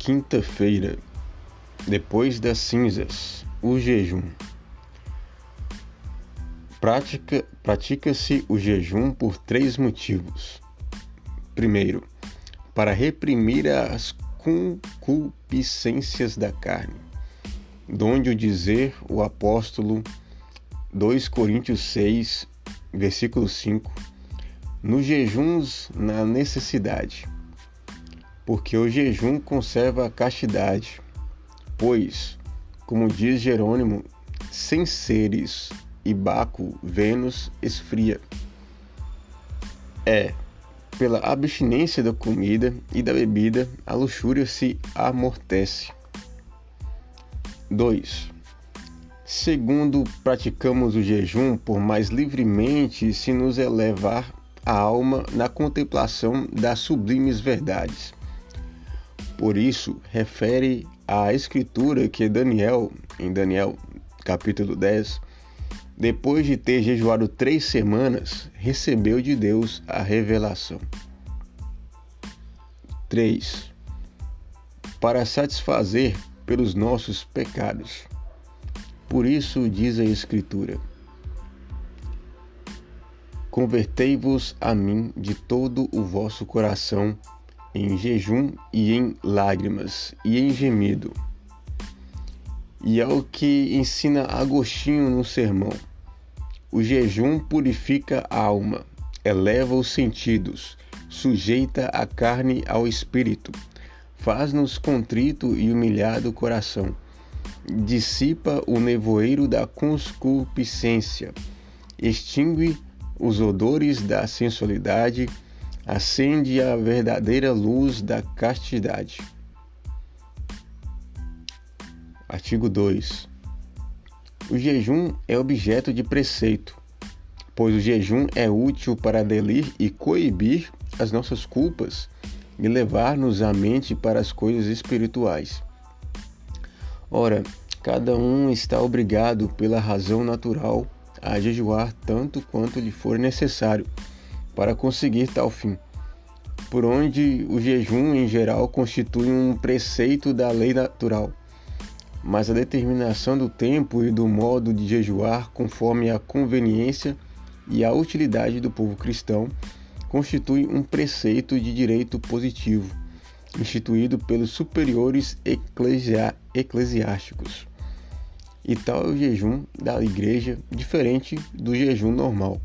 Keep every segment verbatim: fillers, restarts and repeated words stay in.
Quinta-feira, depois das cinzas, o jejum. Prática, pratica-se o jejum por três motivos. Primeiro, para reprimir as concupiscências da carne, donde o dizer o apóstolo dois Coríntios seis, versículo cinco, nos jejuns na necessidade, porque o jejum conserva a castidade, pois, como diz Jerônimo, sem seres e Baco, Vênus esfria. É, pela abstinência da comida e da bebida, a luxúria se amortece. dois. Segundo, praticamos o jejum por mais livremente se nos elevar a alma na contemplação das sublimes verdades. Por isso, refere a Escritura que Daniel, em Daniel capítulo dez, depois de ter jejuado três semanas, recebeu de Deus a revelação. três. Para satisfazer pelos nossos pecados. Por isso diz a Escritura: convertei-vos a mim de todo o vosso coração, em jejum e em lágrimas e em gemido. E é o que ensina Agostinho no sermão: o jejum purifica a alma, eleva os sentidos, sujeita a carne ao espírito, faz-nos contrito e humilhado coração, dissipa o nevoeiro da concupiscência, extingue os odores da sensualidade, acende a verdadeira luz da castidade. Artigo dois. O jejum é objeto de preceito, pois o jejum é útil para delir e coibir as nossas culpas e levar-nos a mente para as coisas espirituais. Ora, cada um está obrigado pela razão natural a jejuar tanto quanto lhe for necessário para conseguir tal fim, por onde o jejum em geral constitui um preceito da lei natural, mas a determinação do tempo e do modo de jejuar conforme a conveniência e a utilidade do povo cristão constitui um preceito de direito positivo, instituído pelos superiores eclesia- eclesiásticos. E tal é o jejum da igreja, diferente do jejum normal.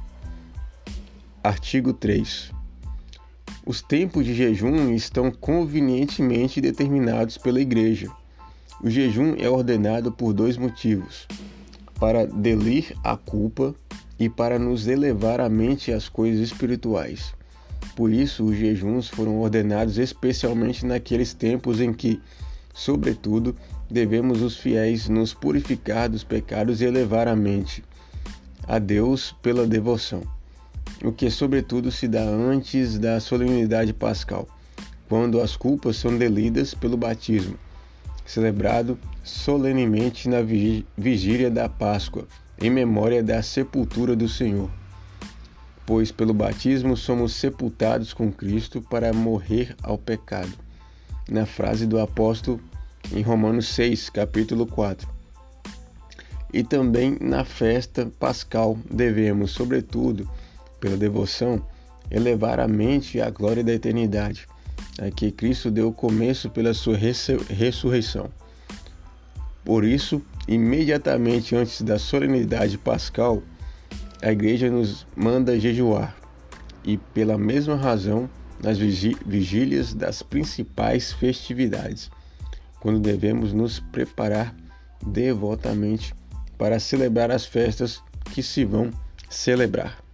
Artigo três. Os tempos de jejum estão convenientemente determinados pela igreja. O jejum é ordenado por dois motivos: para delir a culpa e para nos elevar a mente às coisas espirituais. Por isso, os jejuns foram ordenados especialmente naqueles tempos em que, sobretudo, devemos os fiéis nos purificar dos pecados e elevar a mente a Deus pela devoção, o que sobretudo se dá antes da solenidade pascal, quando as culpas são delidas pelo batismo, celebrado solenemente na vigília da Páscoa, em memória da sepultura do Senhor. Pois pelo batismo somos sepultados com Cristo para morrer ao pecado, na frase do apóstolo em Romanos seis, capítulo quatro. E também na festa pascal devemos, sobretudo, pela devoção, elevar a mente à glória da eternidade, a que Cristo deu começo pela sua ressurreição. Por isso, imediatamente antes da solenidade pascal, a Igreja nos manda jejuar, e pela mesma razão nas vigílias das principais festividades, quando devemos nos preparar devotamente para celebrar as festas que se vão celebrar.